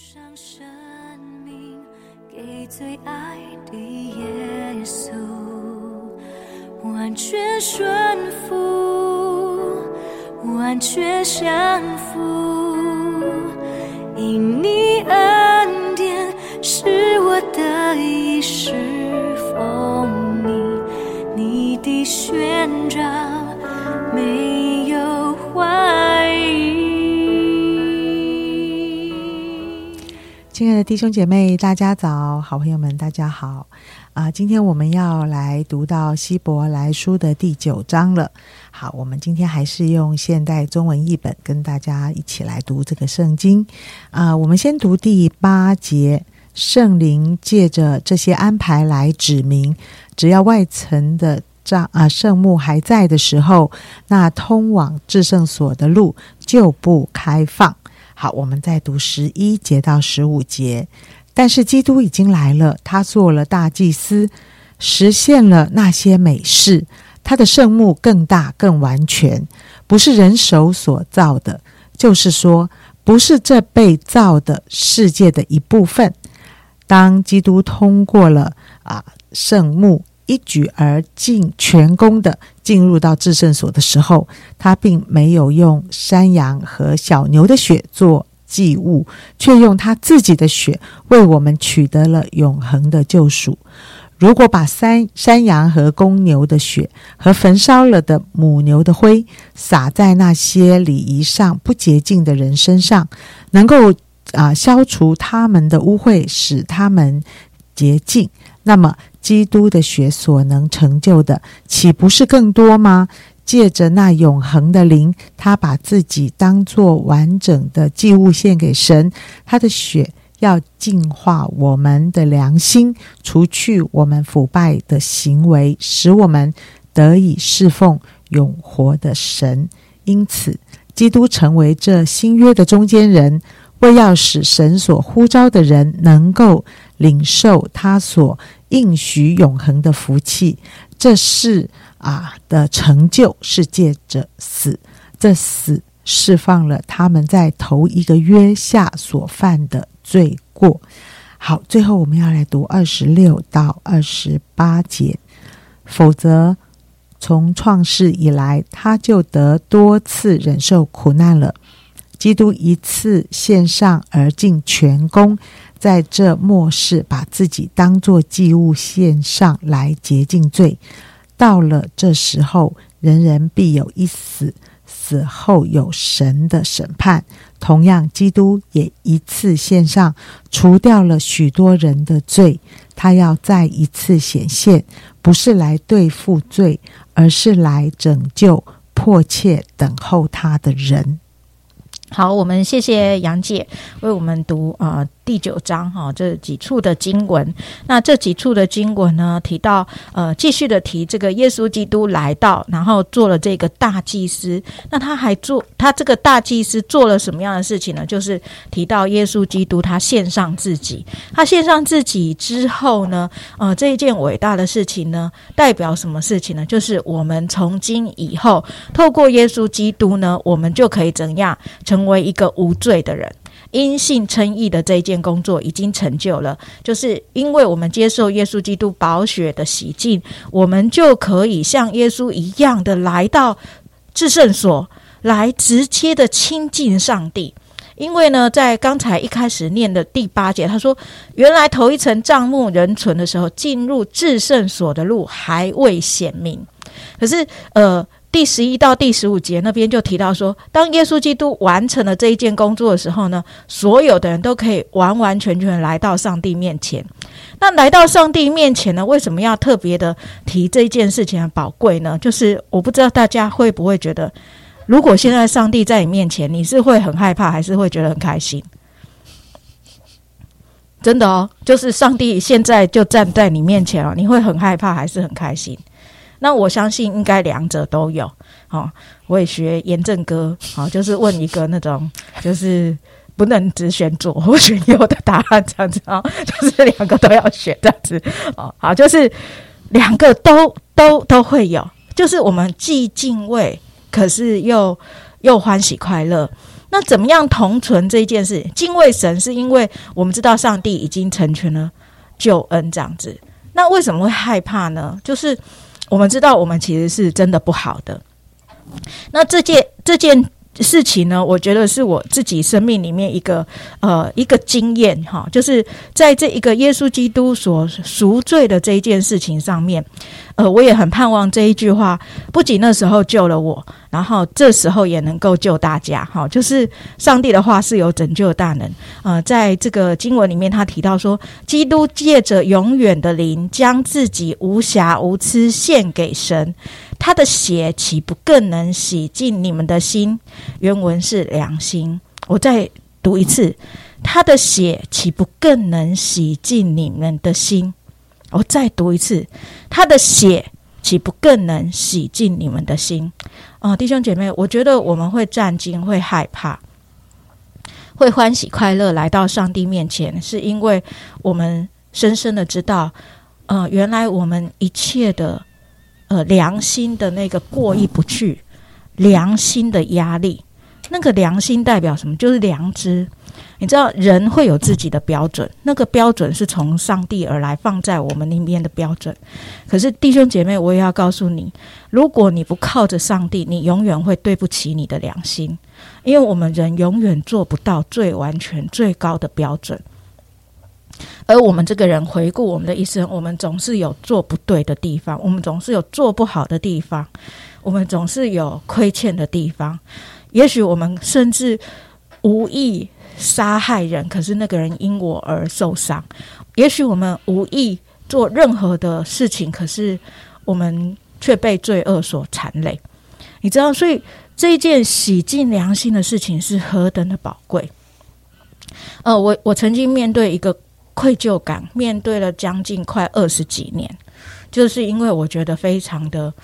上生命给最爱的耶稣，完全顺服，完全降服，因你恩典是我的衣食丰盈，你的宣召没有怀疑。 亲爱的弟兄姐妹大家早，好朋友们大家好今天我们要来读到希伯来书的第9章了。好，我们今天还是用现代中文译本跟大家一起来读这个圣经我们先读第8节，圣灵借着这些安排来指明，只要外层的圣幕还在的时候，那通往至圣所的路就不开放。好，我们再读11节到15节。但是基督已经来了，他做了大祭司，实现了那些美事，他的圣幕更大更完全，不是人手所造的，就是说不是这被造的世界的一部分。当基督通过了圣幕，一举而尽全功的进入到至圣所的时候，他并没有用山羊和小牛的血做祭物，却用他自己的血为我们取得了永恒的救赎。如果把山羊和公牛的血和焚烧了的母牛的灰撒在那些礼仪上不洁净的人身上，能够消除他们的污秽，使他们洁净，那么基督的血所能成就的岂不是更多吗？借着那永恒的灵，他把自己当作完整的祭物献给神，他的血要净化我们的良心，除去我们腐败的行为，使我们得以侍奉永活的神。因此基督成为这新约的中间人，为要使神所呼召的人能够领受他所应许永恒的福气。这事的成就是借着死，这死释放了他们在头一个约下所犯的罪过。好，最后我们要来读26到28节。否则从创世以来，他就得多次忍受苦难了。基督一次献上而尽全功，在这末世把自己当作祭物献上来洁净罪。到了这时候，人人必有一死，死后有神的审判。同样，基督也一次献上，除掉了许多人的罪。他要再一次显现，不是来对付罪，而是来拯救迫切等候他的人。 好，我们谢谢杨姐为我们读第9章这几处的经文。那这几处的经文呢，提到继续的提这个耶稣基督来到，然后做了这个大祭司。那他这个大祭司做了什么样的事情呢？就是提到耶稣基督他献上自己，他献上自己之后呢，这一件伟大的事情呢，代表什么事情呢？就是我们从今以后透过耶稣基督呢，我们就可以怎样成为一个无罪的人。因信称义的这一件工作已经成就了，就是因为我们接受耶稣基督宝血的洗净，我们就可以像耶稣一样的来到至圣所，来直接的亲近上帝。因为呢，在刚才一开始念的第8节，他说原来头一层帐幕人存的时候，进入至圣所的路还未显明。可是第11到第15节那边就提到说，当耶稣基督完成了这一件工作的时候呢，所有的人都可以完完全全来到上帝面前。那来到上帝面前呢，为什么要特别的提这件事情的宝贵呢？就是我不知道大家会不会觉得，如果现在上帝在你面前，你是会很害怕还是会觉得很开心？真的就是上帝现在就站在你面前你会很害怕还是很开心？那我相信应该两者都有我也学严正哥就是问一个那种就是不能只选左或选右的答案这样子就是两个都要选这样子好，就是两个都会有，就是我们既敬畏可是又欢喜快乐。 那怎么样同存这件事？敬畏神是因为我们知道上帝已经成全了救恩这样子。那为什么会害怕呢？就是我们知道我们其实是真的不好的。那这件事情呢，我觉得是我自己生命里面一个经验哈，就是在这一个耶稣基督所赎罪的这一件事情上面，我也很盼望这一句话不仅那时候救了我，然后这时候也能够救大家哈，就是上帝的话是有拯救大能。在这个经文里面他提到说，基督借着永远的灵将自己无瑕无疵献给神，他的血岂不更能洗净你们的心？原文是良心。我再读一次，他的血岂不更能洗净你们的心？我再读一次，他的血岂不更能洗净你们的心？弟兄姐妹，我觉得我们会战惊，会害怕，会欢喜快乐来到上帝面前，是因为我们深深的知道，原来我们一切的良心的那个过意不去，良心的压力，那个良心代表什么？就是良知。你知道人会有自己的标准，那个标准是从上帝而来，放在我们里面的标准。可是弟兄姐妹，我也要告诉你，如果你不靠着上帝，你永远会对不起你的良心，因为我们人永远做不到最完全最高的标准。而我们这个人回顾我们的一生，我们总是有做不对的地方，我们总是有做不好的地方，我们总是有亏欠的地方。也许我们甚至无意杀害人，可是那个人因我而受伤。也许我们无意做任何的事情，可是我们却被罪恶所缠累。你知道，所以这一件洗净良心的事情是何等的宝贵。我曾经面对一个愧疚感，面对了将近快20几年，就是因为我觉得非常的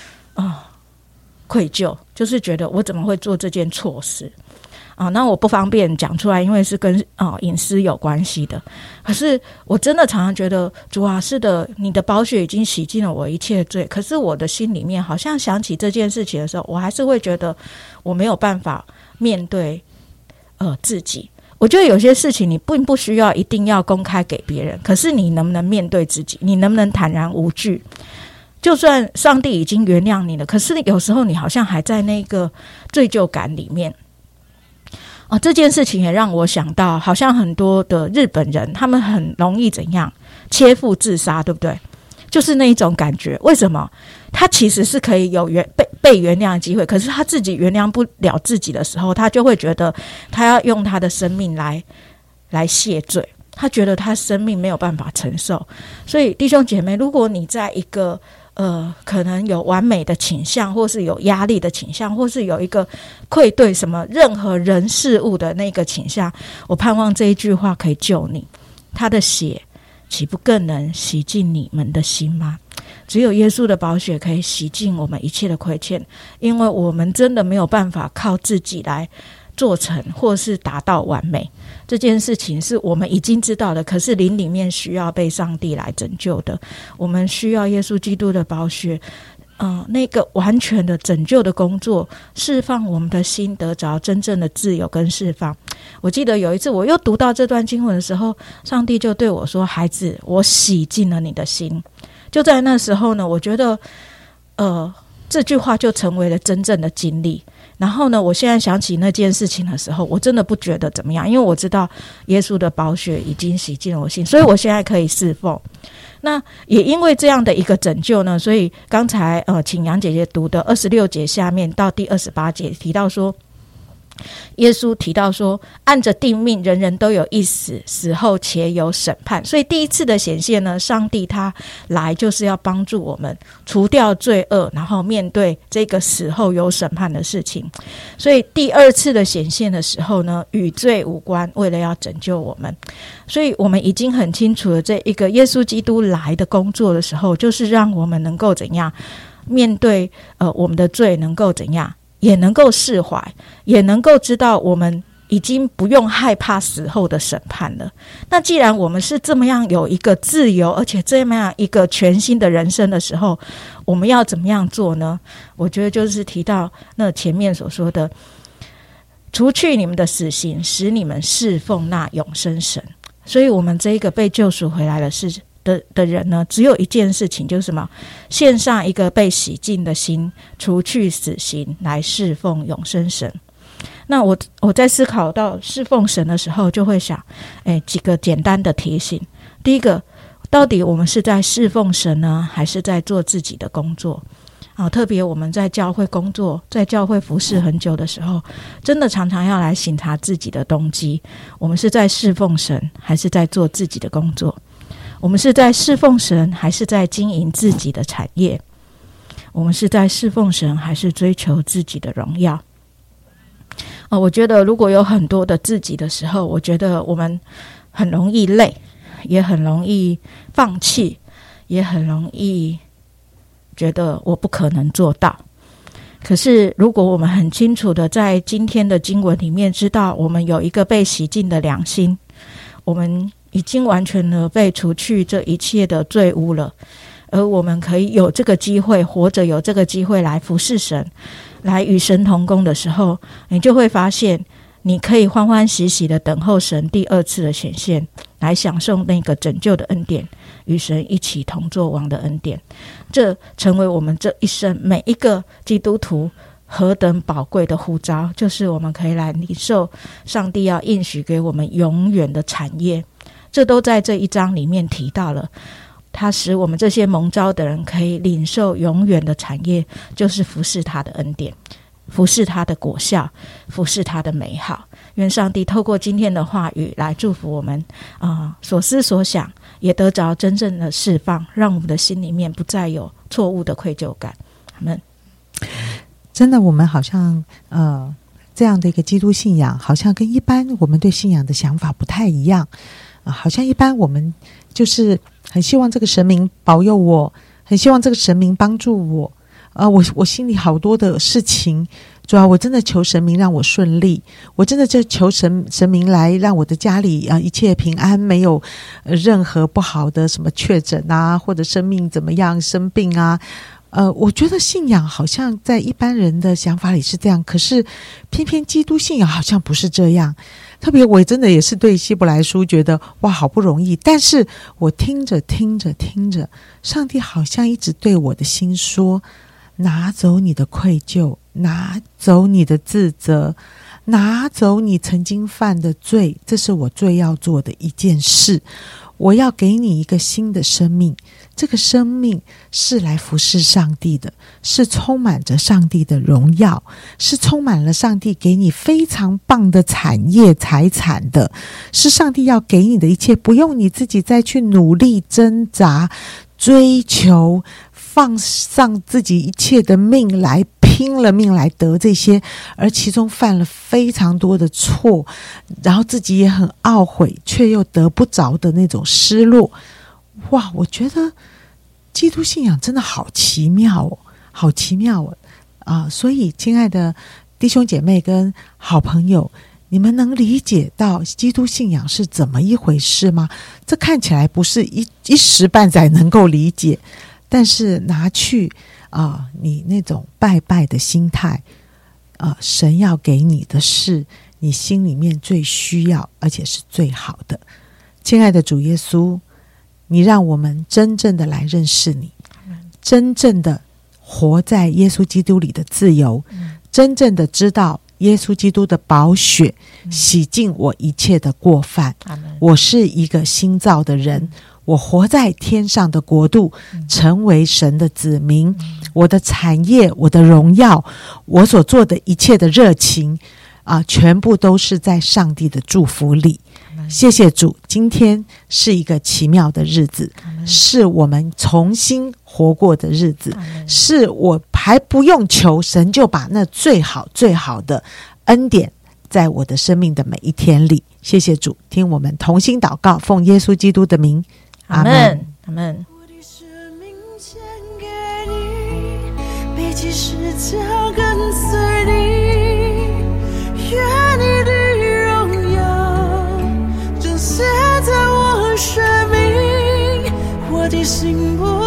愧疚，就是觉得我怎么会做这件错事那我不方便讲出来，因为是跟隐私有关系的。可是我真的常常觉得，主啊，是的，你的宝血已经洗净了我一切的罪。可是我的心里面好像想起这件事情的时候，我还是会觉得我没有办法面对自己。我觉得有些事情你并不需要一定要公开给别人，可是你能不能面对自己？你能不能坦然无惧？就算上帝已经原谅你了，可是有时候你好像还在那个罪疚感里面。这件事情也让我想到，好像很多的日本人，他们很容易怎样切腹自杀，对不对？就是那一种感觉。为什么？他其实是可以有被原谅的机会，可是他自己原谅不了自己的时候，他就会觉得他要用他的生命来谢罪，他觉得他生命没有办法承受。所以弟兄姐妹，如果你在一个可能有完美的倾向，或是有压力的倾向，或是有一个愧对什么任何人事物的那个倾向，我盼望这一句话可以救你。他的血岂不更能洗净你们的心吗？只有耶稣的宝血可以洗净我们一切的亏欠，因为我们真的没有办法靠自己来做成或是达到完美。这件事情是我们已经知道的，可是灵里面需要被上帝来拯救的。我们需要耶稣基督的宝血那个完全的拯救的工作，释放我们的心，得着真正的自由跟释放。我记得有一次我又读到这段经文的时候，上帝就对我说，孩子，我洗净了你的心。就在那时候呢，我觉得这句话就成为了真正的经历。然后呢，我现在想起那件事情的时候，我真的不觉得怎么样，因为我知道耶稣的宝血已经洗净了我心，所以我现在可以侍奉。那也因为这样的一个拯救呢，所以刚才请杨姐姐读的26节下面到第28节提到说，耶稣提到说，按着定命，人人都有一死，死后且有审判。所以第一次的显现呢，上帝他来就是要帮助我们除掉罪恶，然后面对这个死后有审判的事情。所以第二次的显现的时候呢，与罪无关，为了要拯救我们。所以我们已经很清楚了，这一个耶稣基督来的工作的时候，就是让我们能够怎样面对我们的罪，能够怎样也能够释怀，也能够知道我们已经不用害怕死后的审判了。那既然我们是这么样有一个自由，而且这么样一个全新的人生的时候，我们要怎么样做呢？我觉得就是提到那前面所说的， 除去你们的死刑，使你们侍奉那永生神。所以我们这一个被救赎回来的人呢，只有一件事情，就是什么？献上一个被洗净的心，除去死刑，来侍奉永生神。那我在思考到侍奉神的时候，就会想几个简单的提醒。第一个，到底我们是在侍奉神呢，还是在做自己的工作？特别我们在教会工作，在教会服侍很久的时候，真的常常要来省察自己的动机。我们是在侍奉神，还是在做自己的工作？我们是在侍奉神，还是在经营自己的产业？我们是在侍奉神，还是追求自己的荣耀？我觉得如果有很多的自己的时候，我觉得我们很容易累，也很容易放弃，也很容易觉得我不可能做到。可是如果我们很清楚的在今天的经文里面知道，我们有一个被洗净的良心，我们已经完全的被除去这一切的罪污了，而我们可以有这个机会活着，有这个机会来服侍神，来与神同工的时候，你就会发现你可以欢欢喜喜的等候神第二次的显现，来享受那个拯救的恩典，与神一起同作王的恩典。这成为我们这一生每一个基督徒何等宝贵的呼召，就是我们可以来领受上帝要应许给我们永远的产业。这都在这一章里面提到了，他使我们这些蒙召的人可以领受永远的产业，就是服侍他的恩典，服侍他的果效，服侍他的美好。愿上帝透过今天的话语来祝福我们所思所想也得着真正的释放，让我们的心里面不再有错误的愧疚感。阿们。 真的，我们好像这样的一个基督信仰，好像跟一般我们对信仰的想法不太一样。好像一般我们就是很希望这个神明保佑我，很希望这个神明帮助我。我心里好多的事情，主要我真的求神明让我顺利，我真的就求神明来让我的家里一切平安，没有任何不好的什么确诊啊，或者生命怎么样生病啊。我觉得信仰好像在一般人的想法里是这样，可是偏偏基督信仰好像不是这样。特别我真的也是对希伯来书觉得哇好不容易，但是我听着上帝好像一直对我的心说，拿走你的愧疚，拿走你的自责，拿走你曾经犯的罪，这是我最要做的一件事。我要给你一个新的生命，这个生命是来服侍上帝的，是充满着上帝的荣耀，是充满了上帝给你非常棒的产业财产的，是上帝要给你的一切，不用你自己再去努力挣扎追求，放上自己一切的命来拼了命来得这些，而其中犯了非常多的错，然后自己也很懊悔，却又得不着的那种失落。哇，我觉得基督信仰真的好奇妙哦，好奇妙哦！所以亲爱的弟兄姐妹跟好朋友，你们能理解到基督信仰是怎么一回事吗？这看起来不是一时半载能够理解，但是拿去你那种拜拜的心态，神要给你的是你心里面最需要而且是最好的。亲爱的主耶稣，你让我们真正的来认识你，真正的活在耶稣基督里的自由，真正的知道耶稣基督的宝血洗净我一切的过犯，我是一个新造的人，我活在天上的国度，成为神的子民，我的产业，我的荣耀，我所做的一切的热情全部都是在上帝的祝福里。谢谢主，今天是一个奇妙的日子，是我们重新活过的日子，是我还不用求，神就把那最好最好的恩典在我的生命的每一天里。谢谢主，听我们同心祷告，奉耶稣基督的名，阿们，阿们。 我的生命献给你，背起十字架跟随你，愿你的荣耀正写在我生命，我的心不